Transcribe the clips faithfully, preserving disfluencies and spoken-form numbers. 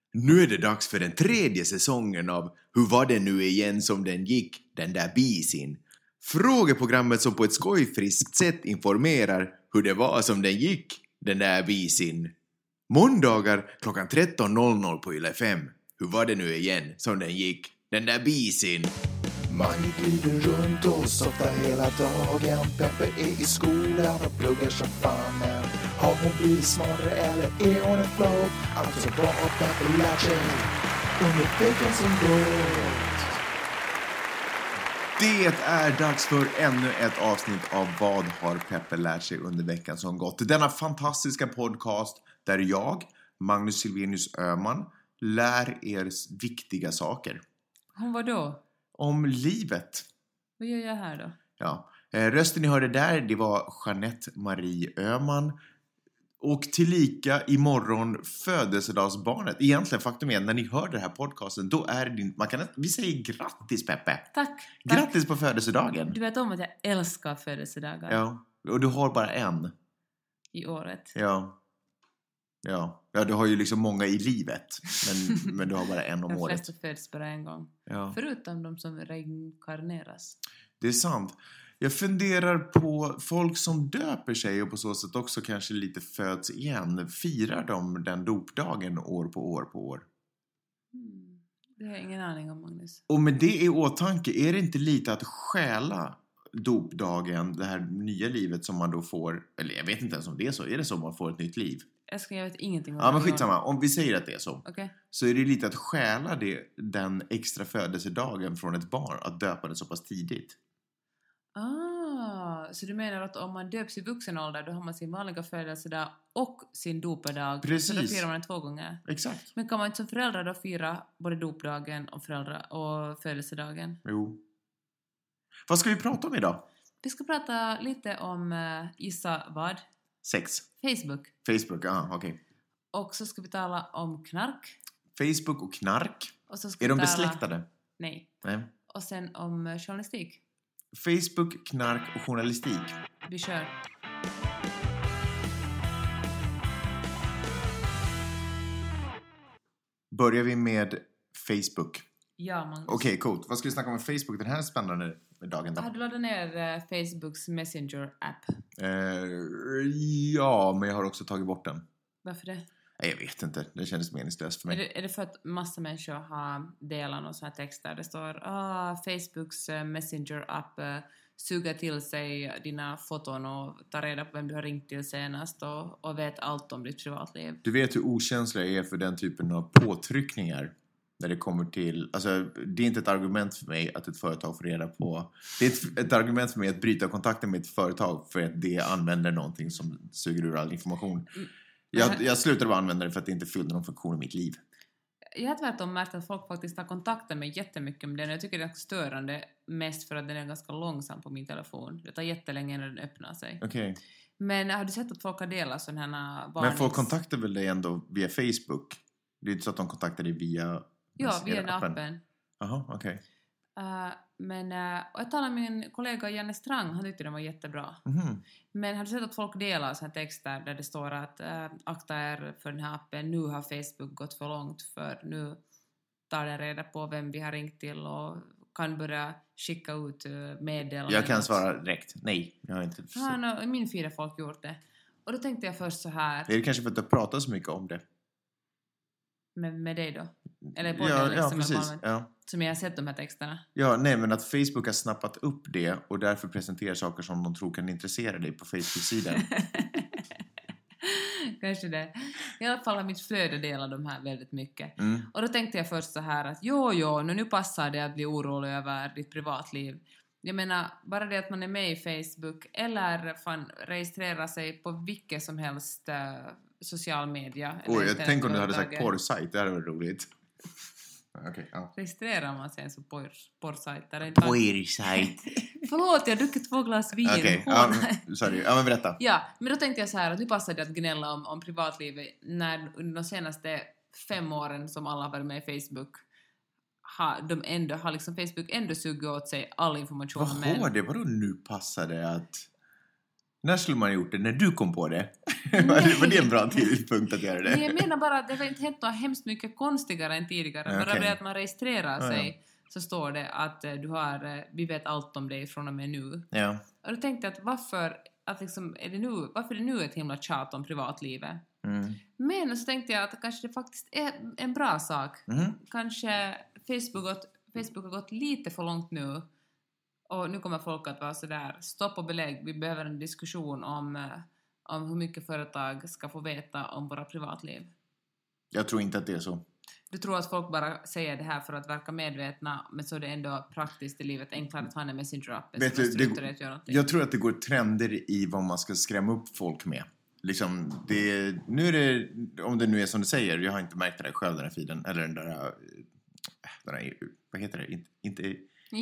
Nu är det dags för den tredje säsongen av Hur var det nu igen som den gick, den där bisin. Frågeprogrammet som på ett skojfriskt sätt informerar hur det var som den gick, den där bisin. Måndagar klockan tretton noll noll på Yle F M. Hur var det nu igen som den gick, den där bisin. Man glider runt och softar hela dagen. Peppe är i skolan och pluggar som fan. Men har hon blivit smartare eller är hon en flow? Alltså vad har Peppe lärt sig under veckan som gått? Det är dags för ännu ett avsnitt av Vad har Peppe lärt sig under veckan som gått? Denna fantastiska podcast där jag, Magnus Silvenius Öhman, lär er viktiga saker. Hon var då? Om livet. Vad gör jag här då? Ja. Eh, rösten ni hörde där, det var Jeanette Marie Öhman. Och tillika imorgon födelsedagsbarnet. Egentligen faktum är när ni hör den här podcasten, då är det din... Man kan, vi säger grattis Peppe. Tack. Grattis tack. på födelsedagen. Du vet om att jag älskar födelsedagar. Ja, och du har bara en. I året. Ja. Ja, ja du har ju liksom många i livet. Men, men du har bara en om de året. De flesta föds bara en gång. Ja. Förutom de som reinkarneras. Det är sant. Jag funderar på folk som döper sig och på så sätt också kanske lite föds igen. Firar de den dopdagen år på år på år? Mm. Det har jag ingen aning om, Magnus. Och med det i åtanke, är det inte lite att stjäla dopdagen, det här nya livet som man då får, eller jag vet inte ens om det är så, är det så man får ett nytt liv? Jag, ska, jag vet ingenting om ja, det. Men skitsamma, om vi säger att det är så. Okay. Så är det lite att stjäla det, den extra födelsedagen från ett barn, att döpa det så pass tidigt. Ah, så du menar att om man döps i vuxen ålder, då har man sin vanliga födelsedag och sin dopadag. Precis. Så då firar man det två gånger. Exakt. Men kan man inte som föräldrar då fira både dopdagen och, föräldrar och födelsedagen? Jo. Vad ska vi prata om idag? Vi ska prata lite om, uh, gissa vad? Sex. Facebook. Facebook, ja, okej. Okay. Och så ska vi tala om knark. Facebook och knark. Och så ska är vi de tala... besläktade? Nej. Nej. Och sen om uh, journalistik. Facebook, knark och journalistik. Vi kör. Börjar vi med Facebook. Ja, man. Okej, okay, coolt. Vad ska vi snacka om med Facebook den här spännande dagen då? Har du laddat ner uh, Facebooks Messenger-app? Eh, ja, men jag har också tagit bort den. Varför det? Nej, jag vet inte. Det kändes meningslöst för mig. Är det, är det för att massa människor har delat någon sån här text där det står ah, Facebooks uh, Messenger-app uh, suger till sig dina foton och tar reda på vem du har ringt till senast och, och vet allt om ditt privatliv. Du vet hur okänsliga jag är för den typen av påtryckningar när det kommer till... Alltså, det är inte ett argument för mig att ett företag får reda på... Det är ett, ett argument för mig att bryta kontakten med ett företag för att det använder någonting som suger ur all information. Jag, jag slutade bara använda det för att det inte fyllde någon funktion i mitt liv. Jag har tvärtom märkt att folk faktiskt har kontakter med jättemycket med den. Jag tycker det är ganska störande, mest för att den är ganska långsam på min telefon. Det tar jättelänge när den öppnar sig. Okej. Okay. Men har du sett att folk har delat sådana här varnings... Men folk kontaktar väl dig ändå via Facebook? Det är inte så att de kontaktar dig via... Ja, via den appen. Jaha, okej. Okay. Uh, men uh, och jag talade med min kollega Janne Strang, han tyckte den var jättebra. Mm-hmm. Men har du sett att folk delar såna här texter där det står att uh, akta er för den här appen, nu har Facebook gått för långt för nu tar den reda på vem vi har ringt till och kan börja skicka ut uh, meddelanden. Jag kan svara direkt, nej, jag har inte. Ja, no, i min feed har folk gjort det. Och då tänkte jag först så här. Det är kanske för att du pratar så mycket om det. Med, med dig då? Eller på ja, det, ja, liksom, precis. Ja. Som jag har sett de här texterna. Ja, nej, men att Facebook har snappat upp det och därför presenterar saker som de tror kan intressera dig på Facebook-sidan. Kanske det. I alla fall har mitt flöde delat de här väldigt mycket. Mm. Och då tänkte jag först så här att jo, jo, nu passar det att bli orolig över ditt privatliv. Jag menar, bara det att man är med i Facebook eller fan registrera sig på vilket som helst uh, social media. Oj, jag tänker om du hade sagt porrsajt, det hade varit roligt. Okay, ja. Registrerar man sig som porr, porrsajter? Porrsajt. Förlåt, jag har druckit två glas vin. Okej, okay, ja, sorry. Ja, men berätta. Ja, men då tänkte jag så här att nu passar det att gnälla om, om privatlivet när under de senaste fem åren som alla har varit med i Facebook har de ändå, har liksom Facebook ändå sugit åt sig all information. Vad har det? Vadå nu passar det att... När skulle man ha gjort det? När du kom på det? Var det en bra tidpunkt att göra det? Nej, jag menar bara att det har inte hänt något hemskt mycket konstigare än tidigare. Bara Okej. det att man registrerar Ja, ja. sig så står det att eh, du har, eh, vi vet allt om dig från och med nu. Ja. Och då tänkte jag att varför, att liksom, är det nu, varför är det nu ett himla tjat om privatlivet? Mm. Men så tänkte jag att kanske det faktiskt är en bra sak. Mm. Kanske Facebook, gått, Facebook har gått lite för långt nu. Och nu kommer folk att vara sådär, stopp och belägg, vi behöver en diskussion om, eh, om hur mycket företag ska få veta om våra privatliv. Jag tror inte att det är så. Du tror att folk bara säger det här för att verka medvetna, men så är det ändå praktiskt i livet enklare att ha en Messenger-app. Vet så du, struntar det- i att göra någonting. Jag tror att det går trender i vad man ska skrämma upp folk med. Liksom, det, nu är det, om det nu är som du säger, jag har inte märkt det där själv, den här feeden, eller den där, äh, den där vad heter det? Inte, inte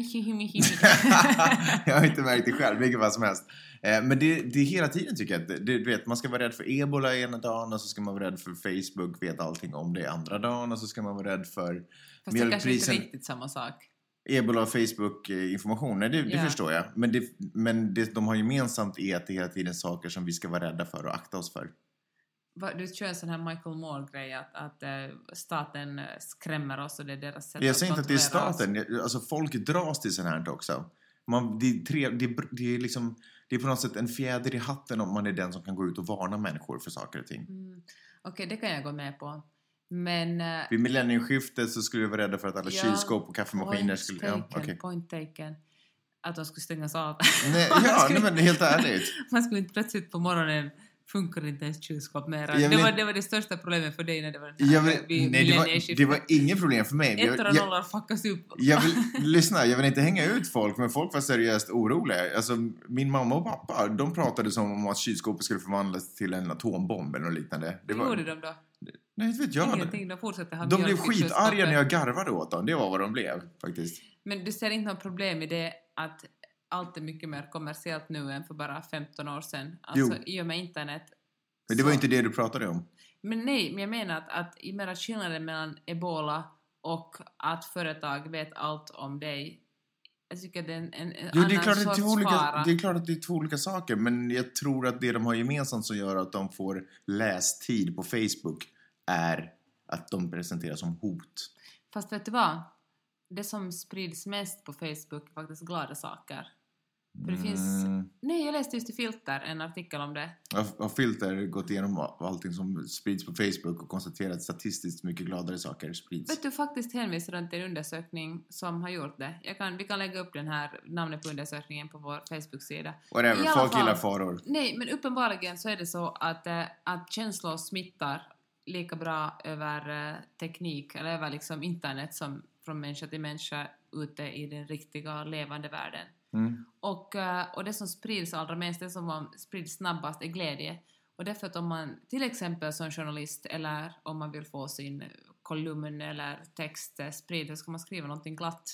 jag har inte märkt det själv, vilket vad som helst. Eh, men det, det är hela tiden tycker jag. Det, du vet, man ska vara rädd för ebola ena dagen och så ska man vara rädd för Facebook, vet allting om det andra dagen och så ska man vara rädd för Fast det är kanske inte mjölkprisen. riktigt samma sak. Ebola och Facebook-information, nej, det, det Ja. förstår jag. Men, det, men det de har gemensamt är att det är hela tiden saker som vi ska vara rädda för och akta oss för. Va- Du kör en sån här Michael Moore-grej att, att eh, staten eh, skrämmer oss och det är deras sätt Jag att säger inte att det är kontrollera oss. staten, Jag- alltså folk dras till sånt här också. Man, det, är tre, det, är- det, är liksom, det är på något sätt en fjäder i hatten om man är den som kan gå ut och varna människor för saker och ting. Mm. Okej, det kan jag gå med på. Men... eh, Vid millennieskiftet så skulle vi vara rädda för att alla Ja, kylskåp och kaffemaskiner point skulle... Ja, taken, okej. point taken. Att de skulle stängas av. Nej, Man ja, skulle- nej, men helt ärligt. Man skulle inte plötsligt på morgonen funkar inte ens kylskåp mer. Jag vill Det var, inte- det var det största problemet för dig när det var Jag vill, vid nej, det var, millennieskiftet. det var inget problem för mig. Jag, Ettor och jag, nollor fuckas upp. jag vill, lyssna, jag vill inte hänga ut folk, men folk var seriöst oroliga. Alltså, min mamma och pappa, de pratade som om att kylskåpet skulle förvandlas till en atombomb eller något liknande. Det Vad var, gjorde de då? nej, inte vet jag. Ingenting, de fortsatte ha De blev mjölk i skitarga kylskåpet. när jag garvade åt dem. Det var vad de blev, faktiskt. Men du ser inte något problem i det att allt är mycket mer kommersiellt nu än för bara femton år sedan. Alltså Jo. i och med internet. Men det var så- inte det du pratade om. Men nej, men jag menar att, att i och med att skillnaden mellan ebola och att företag vet allt om dig. Jag tycker det är en, en, en Jo, annan det, är klart att det, sorts är två olika, fara. det är klart att det är två olika saker, men jag tror att det de har gemensamt som gör att de får lästid på Facebook är att de presenteras som hot. Fast vet du vad? Det som sprids mest på Facebook är faktiskt glada saker. För det finns... Mm. Nej, jag läste just i Filter en artikel om det. Har, har Filter gått igenom allting som sprids på Facebook och konstaterat att statistiskt mycket gladare saker sprids? Vet du, faktiskt hänvisar den till en undersökning som har gjort det. Jag kan, vi kan lägga upp den här namnet på undersökningen på vår Facebook-sida. Whatever, I alla folk fall- gillar faror. Nej, men uppenbarligen så är det så att, eh, att känslor smittar lika bra över eh, teknik eller över liksom internet som från människa till människa ute i den riktiga levande världen. Mm. Och, eh, och det som sprids allra mest, det som man sprids snabbast är glädje. Och därför att om man till exempel som journalist eller om man vill få sin kolumn eller text eh, spridd, så ska man skriva någonting glatt.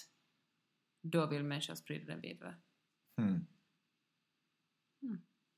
Då vill människor sprida den vidare. Mm. Mm.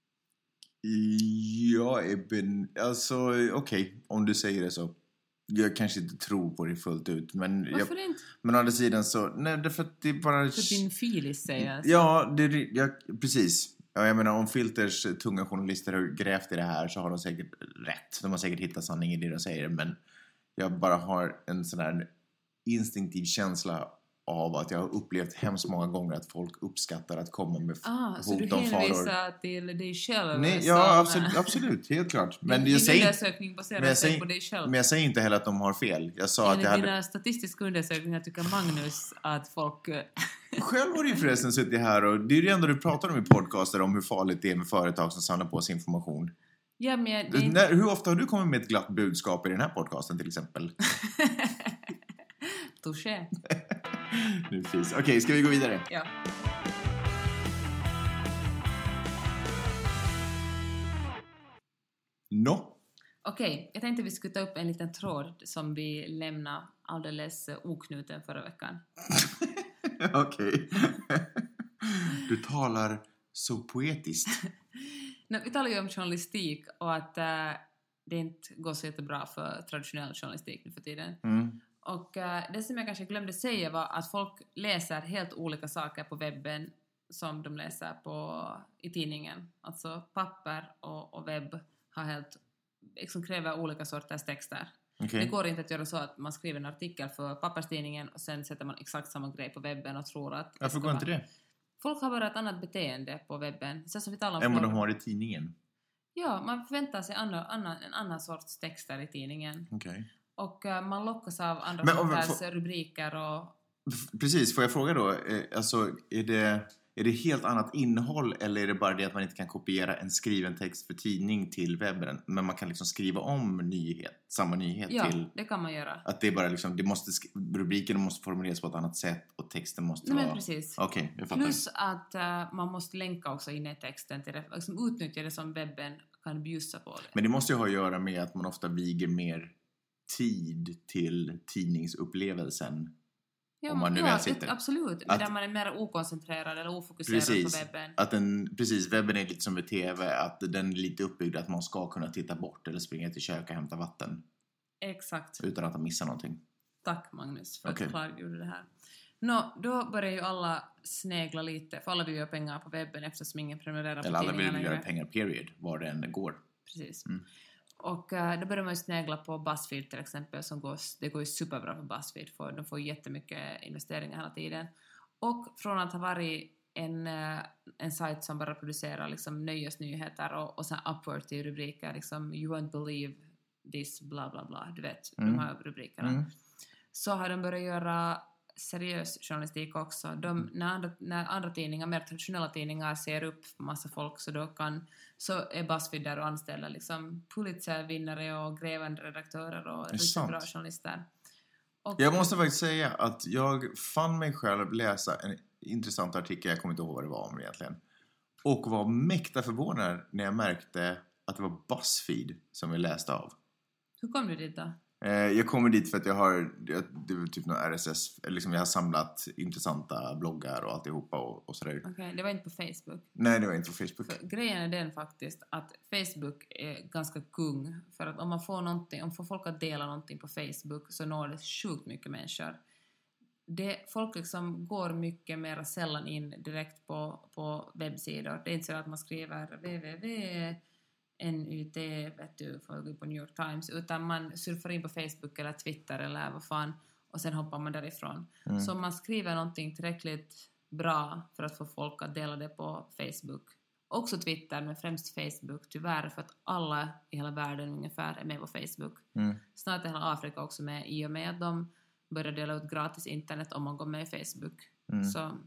Jag är ben... Alltså, okej, om du säger det så. Jag kanske inte tror på det fullt ut, men... Jag, Varför inte? men å andra sidan så... Nej, därför att det är bara... För din filis säger jag. Ja, det, ja, precis. Ja, jag menar, om Filters tunga journalister har grävt i det här så har de säkert rätt. De har säkert hittat sanning i det de säger, men jag bara har en sån här instinktiv känsla av att jag har upplevt hemskt många gånger att folk uppskattar att komma med Ah, så du hot om faror. hänvisar till dig själv? Nej, som, ja, eh, absolut, absolut, helt klart. Men din jag, säger, undersökning baserar men, jag sig säger, på dig själv. men jag säger inte heller att de har fel. Jag sa att Enligt jag hade... dina statistiska undersökningar tycker Magnus att folk... eh, Själv har du ju förresten suttit här och det är ju det enda du pratar om i podcaster om hur farligt det är med företag som samlar på sig information. ja, men jag, det är inte... När, hur ofta har du kommit med ett glatt budskap i den här podcasten till exempel? Touché. Nu finns. Okej, ska vi gå vidare? Ja. No. Okej, jag tänkte vi skulle ta upp en liten tråd som vi lämnade alldeles eh, oknuten förra veckan. Okej. Du talar så poetiskt. No, vi talar ju om journalistik och att äh, det inte går så jättebra för traditionell journalistik nu för tiden. Mm. Och äh, det som jag kanske glömde säga var att folk läser helt olika saker på webben som de läser på, i tidningen. Alltså papper och, och webb har helt, liksom kräver olika sorters texter. Okay. Det går inte att göra så att man skriver en artikel för papperstidningen och sen sätter man exakt samma grej på webben och tror att... Varför går inte det? Folk har bara ett annat beteende på webben. Så som vi talar om än vad de har i tidningen? Ja, man förväntar sig andra, annan, en annan sorts texter i tidningen. Okay. Och uh, man lockas av andra Men, sorters för, rubriker och... Precis, får jag fråga då? Eh, alltså, är det, är det helt annat innehåll eller är det bara det att man inte kan kopiera en skriven text för tidning till webben? Men man kan liksom skriva om nyhet, samma nyhet ja, till... Ja, det kan man göra. Att det är bara liksom, det måste, rubriken måste formuleras på ett annat sätt och texten måste Nej, vara... men precis. Okej, okay, jag fattar. Plus att uh, man måste länka också in i texten till det. Liksom utnyttja det som webben kan bjussa på det. Men det måste ju ha att göra med att man ofta viger mer tid till tidningsupplevelsen. Ja, om man nu ja väl sitter. Det, absolut. Att, där man är mer okoncentrerad eller ofokuserad precis, på webben. Att den, precis, webben är lite som med tv. Att den är lite uppbyggd att man ska kunna titta bort eller springa till kök och hämta vatten. Exakt. Utan att missa någonting. Tack Magnus för okay. att du klargjorde det här. Nå, då börjar ju alla snegla lite. För alla vill göra pengar på webben eftersom ingen prenumererar på eller tidningarna. Eller alla vill göra pengar period. Var det än går. Precis. Mm. Och uh, då börjar man ju snegla på BuzzFeed till exempel. Som går, det går ju superbra för BuzzFeed. För de får jättemycket investeringar hela tiden. Och från att ha varit en, uh, en sajt som bara producerar liksom, nöjesnyheter och, och sen upward till rubriker. Liksom, you won't believe this, bla bla bla. Du vet, mm. de här rubrikerna. Mm. Så har de börjat göra seriös journalistik också. De, när, andra, när andra tidningar, mer traditionella tidningar ser upp massa folk så då kan, så är BuzzFeed där och anställer liksom Pulitzer-vinnare och grävande redaktörer och riktigt bra journalister. Och, jag måste faktiskt säga att jag fann mig själv läsa en intressant artikel, jag kommer inte ihåg vad det var om egentligen, och var mäkta förvånad när jag märkte att det var BuzzFeed som jag läste av. Hur kom du dit då? Jag kommer dit för att jag har, det är typ någon R S S, liksom jag har samlat intressanta bloggar och alltihopa och, och sådär. Okej, okay, det var inte på Facebook? Nej, det var inte på Facebook. För grejen är den faktiskt att Facebook är ganska kung. För att om man får någonting, om man får folk att dela någonting på Facebook så når det sjukt mycket människor. Det, folk liksom går mycket mer sällan in direkt på, på webbsidor. Det är inte så att man skriver www N U T, vet du, för att gå på New York Times, utan man surfar in på Facebook eller Twitter eller vad fan och sen hoppar man därifrån. Mm. Så om man skriver någonting tillräckligt bra för att få folk att dela det på Facebook, också Twitter men främst Facebook tyvärr för att alla i hela världen ungefär är med på Facebook. Mm. Snart är hela Afrika också med i och med att de börjar dela ut gratis internet om man går med i Facebook. Mm. Så,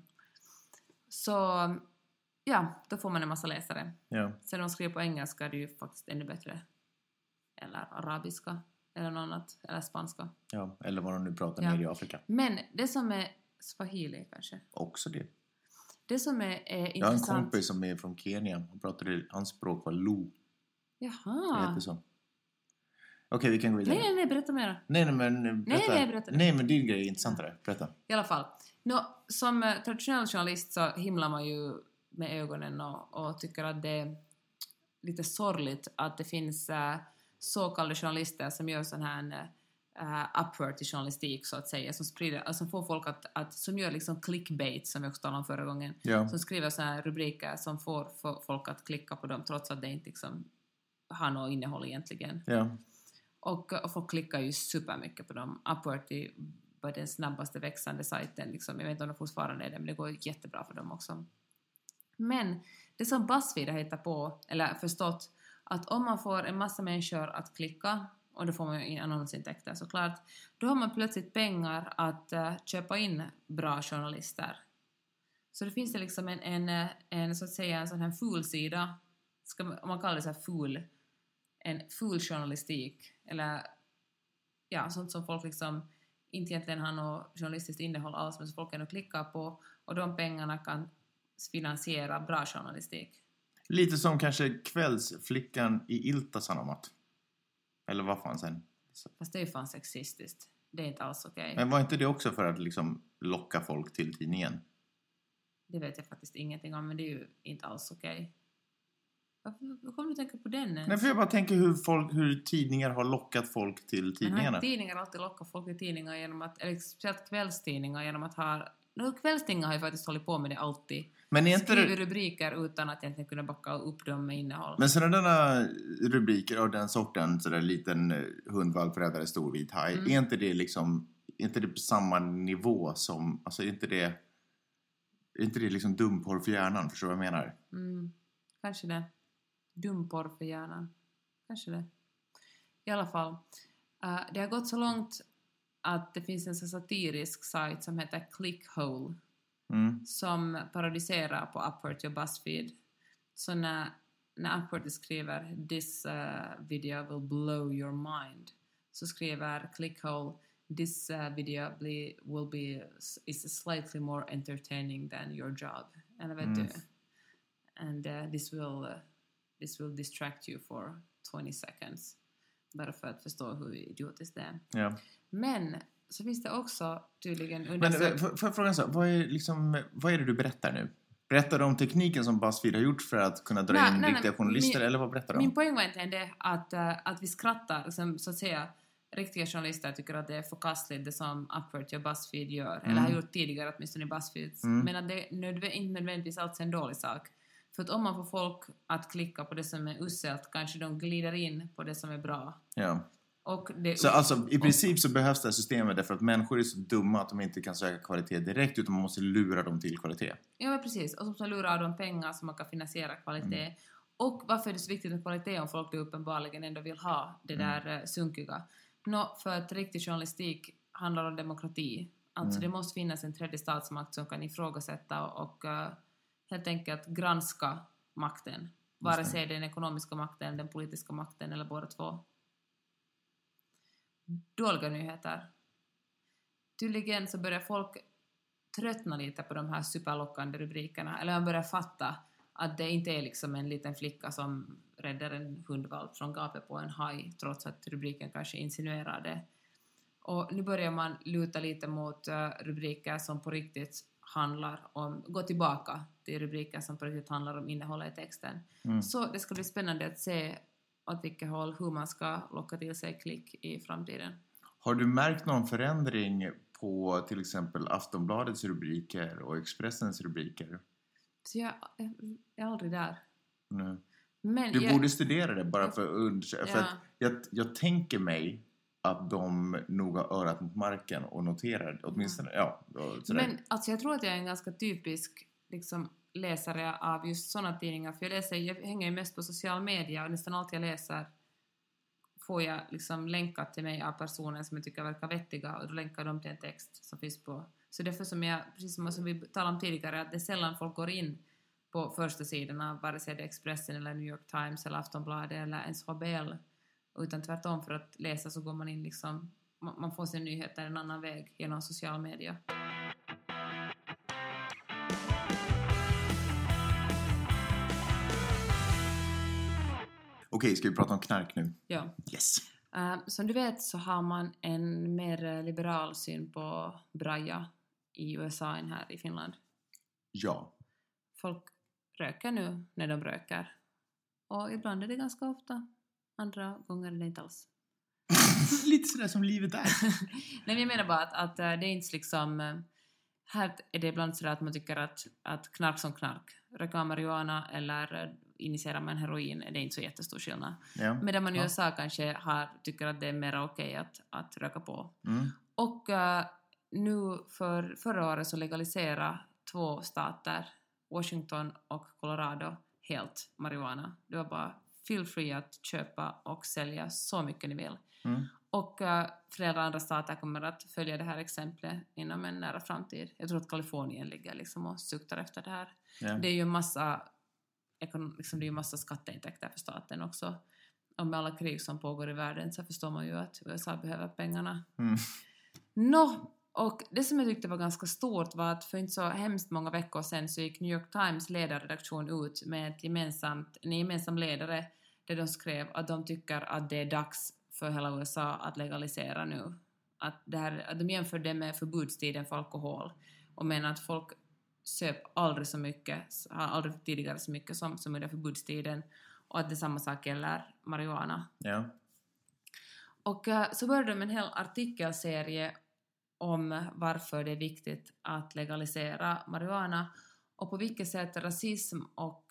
så ja, då får man en massa läsare. Ja. Sen om man skriver på engelska är det ju faktiskt ännu bättre. Eller arabiska. Eller något annat. Eller spanska. Ja, eller vad de nu pratar ja. med i Afrika. Men det som är swahili kanske. Också det. Det som är, är intressant. Jag har en kompis som är från Kenya. Han pratade, hans språk var Lu. Jaha. Det heter så. Okej, okay, vi kan gå vidare. Nej, nej, nej, berätta mer. Nej, nej, men berätta. Nej, nej, berätta. Nej, men din grej är intressantare. Berätta. I alla fall. Nå, som uh, traditionell journalist så himlar man ju med ögonen och, och tycker att det är lite sorgligt att det finns uh, så kallade journalister som gör sån här uh, upward till journalistik så att säga, som sprider, alltså får folk att, att som gör liksom clickbait som vi också talade om förra gången, ja. Som skriver såna här rubriker som får, får folk att klicka på dem trots att det inte liksom har något innehåll egentligen. Ja. Och, och folk klickar ju supermycket på dem. Upward var den snabbaste växande sajten liksom. Jag vet inte om de fortfarande är det, men det går jättebra för dem också. Men det som BuzzFeed har hittat på, eller förstått, att om man får en massa människor att klicka, och då får man ju annonsintäkter såklart, då har man plötsligt pengar att uh, köpa in bra journalister. Så det finns det liksom en, en, en så att säga en sån här fulsida, ska man, om man kallar det så här ful, en full journalistik, eller ja, sånt som folk liksom inte egentligen har något journalistiskt innehåll alls, men som folk kan klicka på, och de pengarna kan finansiera bra journalistik. Lite som kanske kvällsflickan i Ilta-Sanomat. Eller vad fan sen? Fast det är ju fan sexistiskt. Det är inte alls okej. Okay. Men var inte det också för att liksom locka folk till tidningen? Det vet jag faktiskt ingenting om, men det är ju inte alls okej. Okay. Varför kommer du tänka på den ens? Nej, för jag bara tänker hur, folk, hur tidningar har lockat folk till tidningarna. Men tidningar har alltid lockat folk till tidningar genom att, eller speciellt kvällstidningar, genom att ha No, kvällstidningar har ju faktiskt hållit på med det alltid. Men är inte skriver det... rubriker utan att egentligen kunna backa upp dem med innehåll. Men sådana rubriker av den sorten, sådär liten hundvalp räddare stor vit haj, Mm. är inte det liksom, är inte det på samma nivå som, alltså är inte det, är inte det liksom dumporr för hjärnan, förstår du vad jag menar? Mm. Kanske det. Dumporr för hjärnan. Kanske det. I alla fall. Uh, det har gått så långt att det finns en så satirisk sajt som heter Clickhole. Mm. Som parodiserar på Upworthy och BuzzFeed. Så när, när Upworthy skriver this uh, video will blow your mind, så skriver Clickhole this uh, video be, will be is slightly more entertaining than your job. Eller vet Mm. du? And uh, this will uh, this will distract you for twenty seconds. Bara för att förstå hur idiotiskt det är. Ja. Men så finns det också tydligen Men undersökt... får får jag fråga så, vad är, liksom, vad är det du berättar nu? Berättar du om tekniken som BuzzFeed har gjort för att kunna dra Nej, in nej, riktiga nej, journalister, min- eller vad berättar du Min om? poäng var egentligen det att, uh, att vi skrattar, liksom, så att säga, riktiga journalister tycker att det är förkastligt det som Upworthy och BuzzFeed gör, Mm. eller har gjort tidigare åtminstone i BuzzFeed, Mm. men att det är nödv- inte nödvändigtvis alls en dålig sak. För att om man får folk att klicka på det som är uselt, kanske de glider in på det som är bra. Ja. Och det, Så alltså, i princip så behövs det här systemet därför att människor är så dumma att de inte kan söka kvalitet direkt, utan man måste lura dem till kvalitet. Ja, men precis. Och så lurar av de pengar som man kan finansiera kvalitet. Mm. Och varför är det så viktigt med kvalitet om folk då uppenbarligen ändå vill ha det Mm. där uh, sunkiga? Nå, för att riktig journalistik handlar om demokrati. Alltså Mm. det måste finnas en tredje statsmakt som kan ifrågasätta och uh, helt enkelt granska makten. Vare sig den ekonomiska makten, den politiska makten eller båda två. Dåliga nyheter. Tydligen så börjar folk tröttna lite på de här superlockande rubrikerna. Eller man börjar fatta att det inte är liksom en liten flicka som räddar en hundvalp från gapet på en haj, trots att rubriken kanske insinuerar det. Och nu börjar man luta lite mot uh, rubriker som på riktigt handlar om, gå tillbaka till rubriker som på riktigt handlar om innehållet i texten. Mm. Så det ska bli spännande att se åt vilket håll, hur man ska locka till sig klick i framtiden. Har du märkt någon förändring på till exempel Aftonbladets rubriker och Expressens rubriker? Så jag, jag är aldrig där. Nej. Men Du jag, borde studera det bara för att undersöka. För Ja. att jag, jag tänker mig att de nog har örat mot marken och noterar åtminstone, ja. och sådär. Men alltså jag tror att jag är en ganska typisk liksom, läsare av just sådana tidningar. För jag, läser, jag hänger ju mest på social media och nästan allt jag läser får jag liksom länkat till mig av personer som jag tycker verkar vettiga, och då länkar de till en text som finns på. Så därför som jag, precis som, som vi talade om tidigare, att det är sällan folk går in på första sidorna, vare sig det är Expressen eller New York Times eller Aftonbladet eller ens H B L, utan tvärtom, för att läsa så går man in liksom, man, man får sin nyheter en annan väg genom social media. Okej, ska vi prata om knark nu? Ja. Yes. Uh, som du vet så har man en mer liberal syn på braja i U S A än här i Finland. Ja. Folk röker nu när de röker. Och ibland är det ganska ofta. Andra gånger är det inte alls. Lite sådär som livet är. Nej, men jag menar bara att, att uh, det är inte liksom... Uh, här är det ibland sådär att man tycker att, att knark som knark. Röka marijuana eller uh, injicera med en heroin är det inte så jättestor skillnad. Ja. Medan man i Ja. U S A kanske har, tycker att det är mer okej att, att röka på. Mm. Och uh, nu för förra året så legaliserade två stater, Washington och Colorado, helt marijuana. Det var bara feel free att köpa och sälja så mycket ni vill. Mm. Och uh, flera andra stater kommer att följa det här exemplet inom en nära framtid. Jag tror att Kalifornien ligger liksom och suktar efter det här. Ja. Det är ju en massa, ekon- liksom det är ju massa skatteintäkter för staten också. Och med alla krig som pågår i världen så förstår man ju att U S A behöver pengarna. Mm. Nå, och det som jag tyckte var ganska stort var att för inte så hemskt många veckor sedan så gick New York Times ledarredaktion ut med ett gemensamt, en gemensam ledare där de skrev att de tycker att det är dags för hela U S A att legalisera nu. Att, det här, att de jämför det med förbudstiden för alkohol och menar att folk söp aldrig så mycket, har aldrig tidigare så mycket som, som under förbudstiden, och att det samma sak gäller marijuana. Ja. Och uh, så började de en hel artikelserie om varför det är viktigt att legalisera marijuana och på vilket sätt rasism och,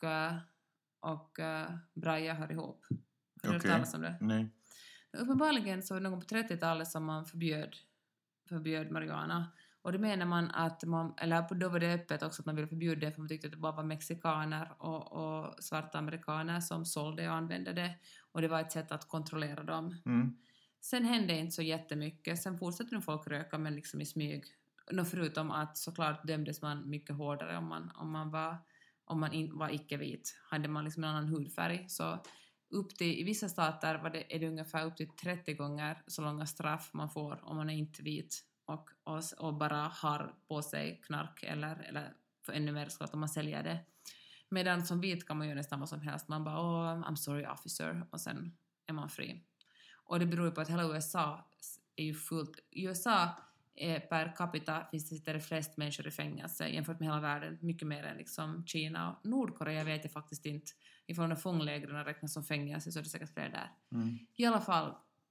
och uh, braja hör ihop. Har du Okej. hört talas om det? Nej. Uppenbarligen så var det någon på trettiotalet som man förbjöd, förbjöd marijuana. Och det menar man att man, eller då var det öppet också att man ville förbjuda det för man tyckte att det bara var mexikaner och, och svarta amerikaner som sålde och använde det. Och det var ett sätt att kontrollera dem. Mm. Sen hände inte så jättemycket. Sen fortsatte folk röka men liksom i smyg. Nå, förutom att såklart dömdes man mycket hårdare om man, om man var, om man in, var icke-vit. Hade man liksom en annan hudfärg. Så upp till, i vissa stater var det, är det ungefär upp till trettio gånger så långa straff man får om man är inte vit. Och, och, och bara har på sig knark eller, eller för ännu mer såklart om man säljer det. Medan som vit kan man ju nästan vad som helst. Man bara, oh, I'm sorry officer. Och sen är man fri. Och det beror ju på att hela U S A är ju fullt. I U S A är per capita finns det sitter flest människor i fängelse jämfört med hela världen. Mycket mer än liksom Kina. Och Nordkorea vet jag faktiskt inte. Ifrån de fånglägren räknas som fängelse så är det säkert fler där. Mm. I alla fall.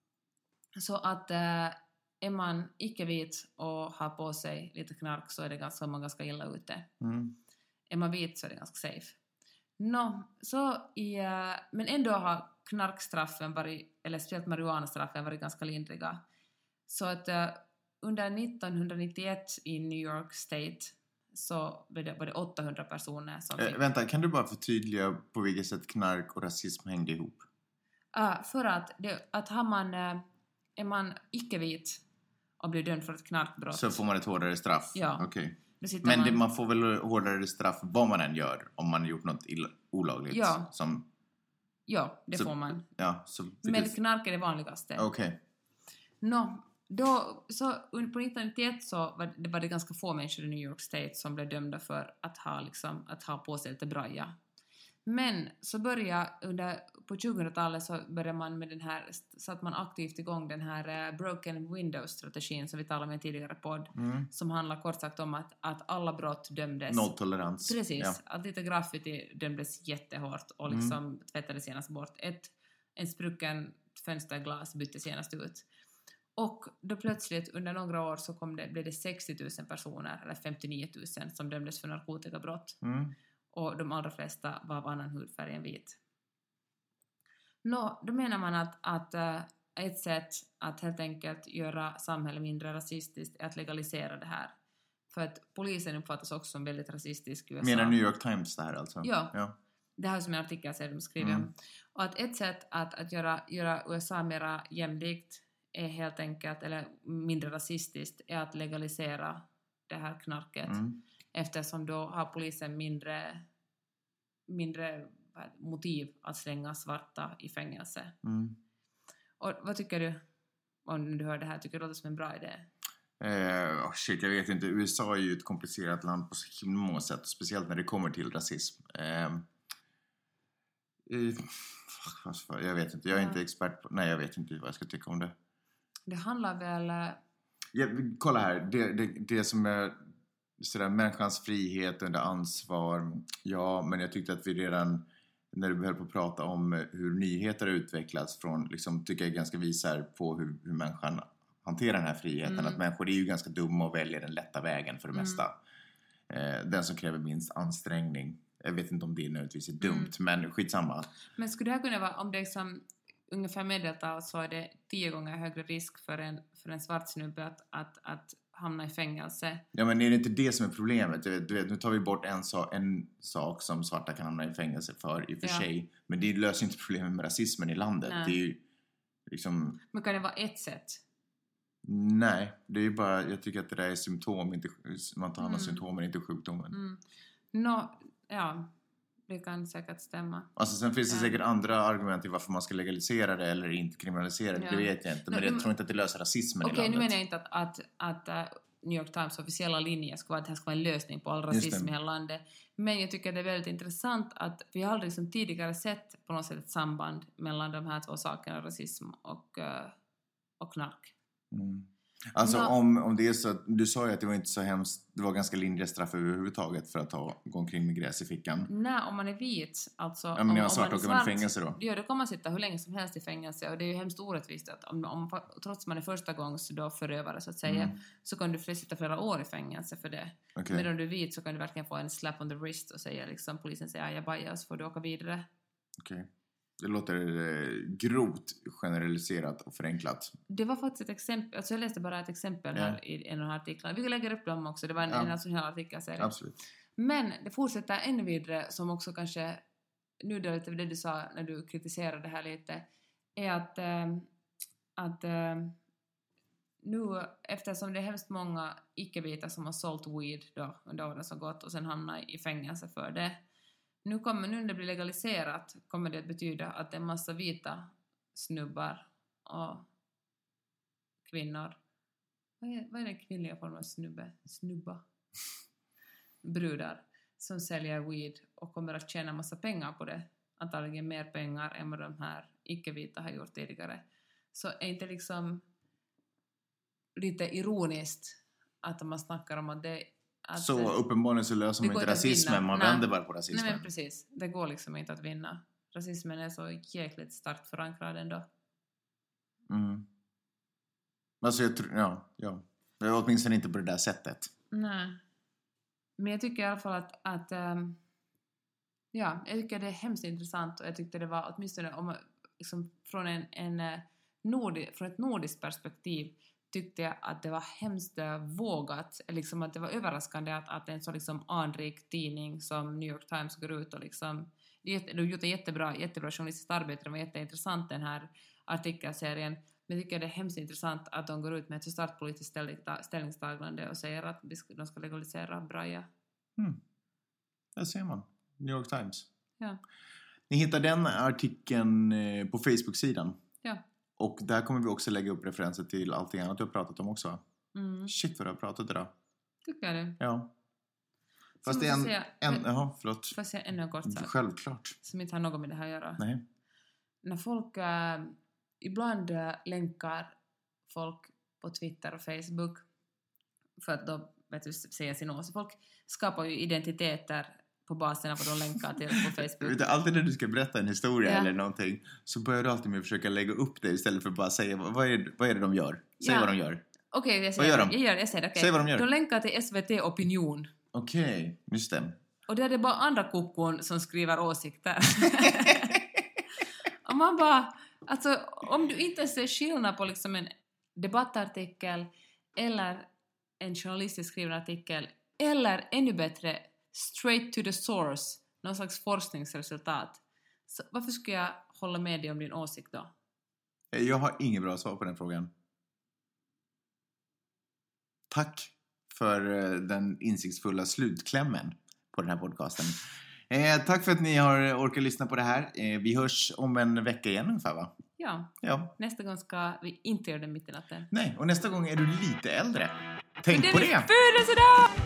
Så att äh, är man icke-vit och har på sig lite knark så är det ganska, man ganska illa ute. Mm. Är man vit så är det ganska safe. No, så i, uh, men ändå har knarkstraffen varit, eller speciellt marijuanastraffen varit ganska lindriga. Så att uh, under nittonhundranittioett i New York State så var det, var det åttahundra personer som fick... Äh, vänta, kan du bara förtydliga på vilket sätt knark och rasism hängde ihop? Uh, för att, det, att har man, uh, är man icke-vit och blir dömd för ett knarkbrott... Så får man ett hårdare straff? Ja. Okay. Men man... Det, man får väl hårdare straff vad man än gör om man gjort något ill- olagligt? Ja. Som... Ja, det så, får man. Ja, så vilket... Men knark är det vanligaste. Okej. Okay. Nå, då, så på nittonhundranittioett så var det, var det ganska få människor i New York State som blev dömda för att ha, liksom, att ha på sig lite braja. Men så började under, på tjugohundratalet så började man med den här, satt man aktivt igång den här uh, broken window-strategin som vi talade om i en tidigare podd. Mm. Som handlar kort sagt om att, att alla brott dömdes. Nolltolerans. Precis, ja. Att lite graffiti dömdes jättehårt och liksom mm. tvättades genast bort. Ett, en sprucken fönsterglas byttes genast ut. Och då plötsligt under några år så kom det, blev det sextio tusen personer, eller femtionio tusen, som dömdes för narkotikabrott. Mm. Och de allra flesta var av annan hudfärg än vit. Nå, då menar man att, att uh, ett sätt att helt enkelt göra samhället mindre rasistiskt är att legalisera det här. För att polisen uppfattas också som väldigt rasistisk i U S A. Menar New York Times det här alltså? Ja. ja. Det här som en artikel säger de skriver mm. om. Och att ett sätt att, att göra, göra U S A mera jämlikt är helt enkelt, eller mindre rasistiskt, är att legalisera det här knarket. Mm. Eftersom då har polisen mindre, mindre motiv att slänga svarta i fängelse. Mm. Och vad tycker du om du hör det här? Tycker du det låter som en bra idé? Eh, oh shit, jag vet inte. U S A är ju ett komplicerat land på så himla många sätt. Speciellt när det kommer till rasism. Eh, eh, jag vet inte. Jag är ja. inte expert på... Nej, jag vet inte vad jag ska tycka om det. Det handlar väl... Ja, kolla här. Det, det, det som är... Sådär, människans frihet under ansvar. Ja, men jag tyckte att vi redan när du höll på att prata om hur nyheter har utvecklats från, liksom, tycker jag ganska visar på hur, hur människan hanterar den här friheten. Mm. Att människor är ju ganska dumma och väljer den lätta vägen för det mm. mesta. Eh, den som kräver minst ansträngning. Jag vet inte om det nödvändigtvis är dumt, mm. men skitsamma. Men skulle det här kunna vara, om det är som ungefär medeltal så är det tio gånger högre risk för en, för en svart snubbe att, att, att hamna i fängelse. Ja, men är det inte det som är problemet? Du vet, du vet, nu tar vi bort en, so- en sak som svarta kan hamna i fängelse för, i och för ja. sig. Men det löser inte problemet med rasismen i landet. Nej. Det är ju liksom... Men kan det vara ett sätt? Nej, det är ju bara, jag tycker att det där är symptom, inte, man tar hand om mm. symptomen, inte sjukdomen. Mm. No, ja, det kan säkert stämma. Alltså sen finns det ja. säkert andra argument till varför man ska legalisera det eller inte kriminalisera det, ja. det vet jag inte. Men no, jag tror inte att det löser rasismen okay, i landet. Okej, nu menar jag inte att, att, att uh, New York Times officiella linje ska vara att det här ska vara en lösning på all rasism i hela landet. Men jag tycker att det är väldigt intressant att vi har aldrig som tidigare sett på något sätt ett samband mellan de här två sakerna, rasism och, uh, och knark. Mm. Alltså Nå- om, om det är så att, du sa ju att det var inte så hemskt, det var ganska lindriga straff överhuvudtaget för att ta, gå omkring med gräs i fickan. Nej, om man är vit, alltså... Ja, men om, jag har om svart man är åker man i fängelse då. Ja, då kan man sitta hur länge som helst i fängelse och det är ju hemskt orättvist att om, om, trots man är första gångs då förövare så att säga, Mm. så kan du sitta flera år i fängelse för det. Okej. Men om du är vit så kan du verkligen få en slap on the wrist och säga liksom, polisen säger jag bajar så får du åka vidare. Okej. Det låter eh, grovt generaliserat och förenklat. Det var faktiskt ett exempel, alltså jag läste bara ett exempel Ja. här i en av de här artiklarna. Vi lägger upp dem också, det var en, Ja. en sån här artikelserie. Absolut. Men det fortsätter ännu vidare som också kanske, nu då lite det du sa när du kritiserade det här lite, är att, äh, att äh, nu eftersom det är hemskt många icke-vita som har sålt weed då under åren som gått och sen hamnar i fängelse för det. Nu kommer, nu när det blir legaliserat kommer det att betyda att en massa vita snubbar och kvinnor, vad är, vad är den kvinnliga formen av snubbe? Snubba? Brudar som säljer weed och kommer att tjäna massa pengar på det. Antagligen mer pengar än vad de här icke-vita har gjort tidigare. Så är inte liksom lite ironiskt att man snackar om att det... Att Så uppenbarligen så löser det man går inte inte att rasismen, vinna. man Nej. vänder bara på rasismen. Nej men precis, det går liksom inte att vinna. Rasismen är så jäkligt starkt förankrad ändå. Mm. Alltså jag tror, ja, ja. Åtminstone inte på det där sättet. Nej. Men jag tycker i alla fall att, att um, ja, jag tycker det är hemskt intressant och jag tyckte det var åtminstone om, liksom, från, en, en, nordi, från ett nordiskt perspektiv tyckte jag att det var hemskt vågat, liksom att det var överraskande att, att en så liksom anrik tidning som New York Times går ut och liksom, de har gjort ett jättebra, jättebra journalistiskt arbete, det var jätteintressant den här artikelserien. Men jag tycker det är hemskt intressant att de går ut med ett så starkt politiskt ställningstagande och säger att de ska legalisera braja. Mm. Där ser man. New York Times. Ja. Ni hittar den artikeln på Facebook-sidan. Ja. Och där kommer vi också lägga upp referenser till allting annat du har pratat om också. Mm. Shit vad du har pratat idag. Tycker jag det. Ja. Fast Så det är en... måste jag en säga- jaha, förlåt. Får jag säga ännu en kort sak Självklart. som inte har något med det här att göra? Nej. När folk äh, ibland äh, länkar folk på Twitter och Facebook för att då vet du, säga sin åsikt. Folk skapar ju identiteter på basen av vad de länkar till på Facebook. Vet du, alltid när du ska berätta en historia Ja. eller någonting så börjar du alltid med att försöka lägga upp det istället för att bara säga vad är, vad är det de gör? Säg Ja. vad de gör. Okej, jag Vad säger gör det. de? Jag gör det, jag säger det. okej. Säg vad de gör. De länkar till S V T Opinion. Okej, just det. Och det är det bara andra kokon som skriver åsikter. Och man bara, alltså om du inte ser skillnad på liksom en debattartikel eller en journalistiskt skriven artikel eller ännu bättre straight to the source, någon slags forskningsresultat. Så varför ska jag hålla med dig om din åsikt då? Jag har ingen bra svar på den frågan. Tack för eh, den insiktsfulla slutklämmen på den här podcasten. Eh, tack för att ni har orkat lyssna på det här. Eh, vi hörs om en vecka igen ungefär, va? Ja, Ja. nästa gång ska vi inte göra det mitt i natten. Nej, och nästa gång är du lite äldre. Tänk Det är på min det! födelsedag!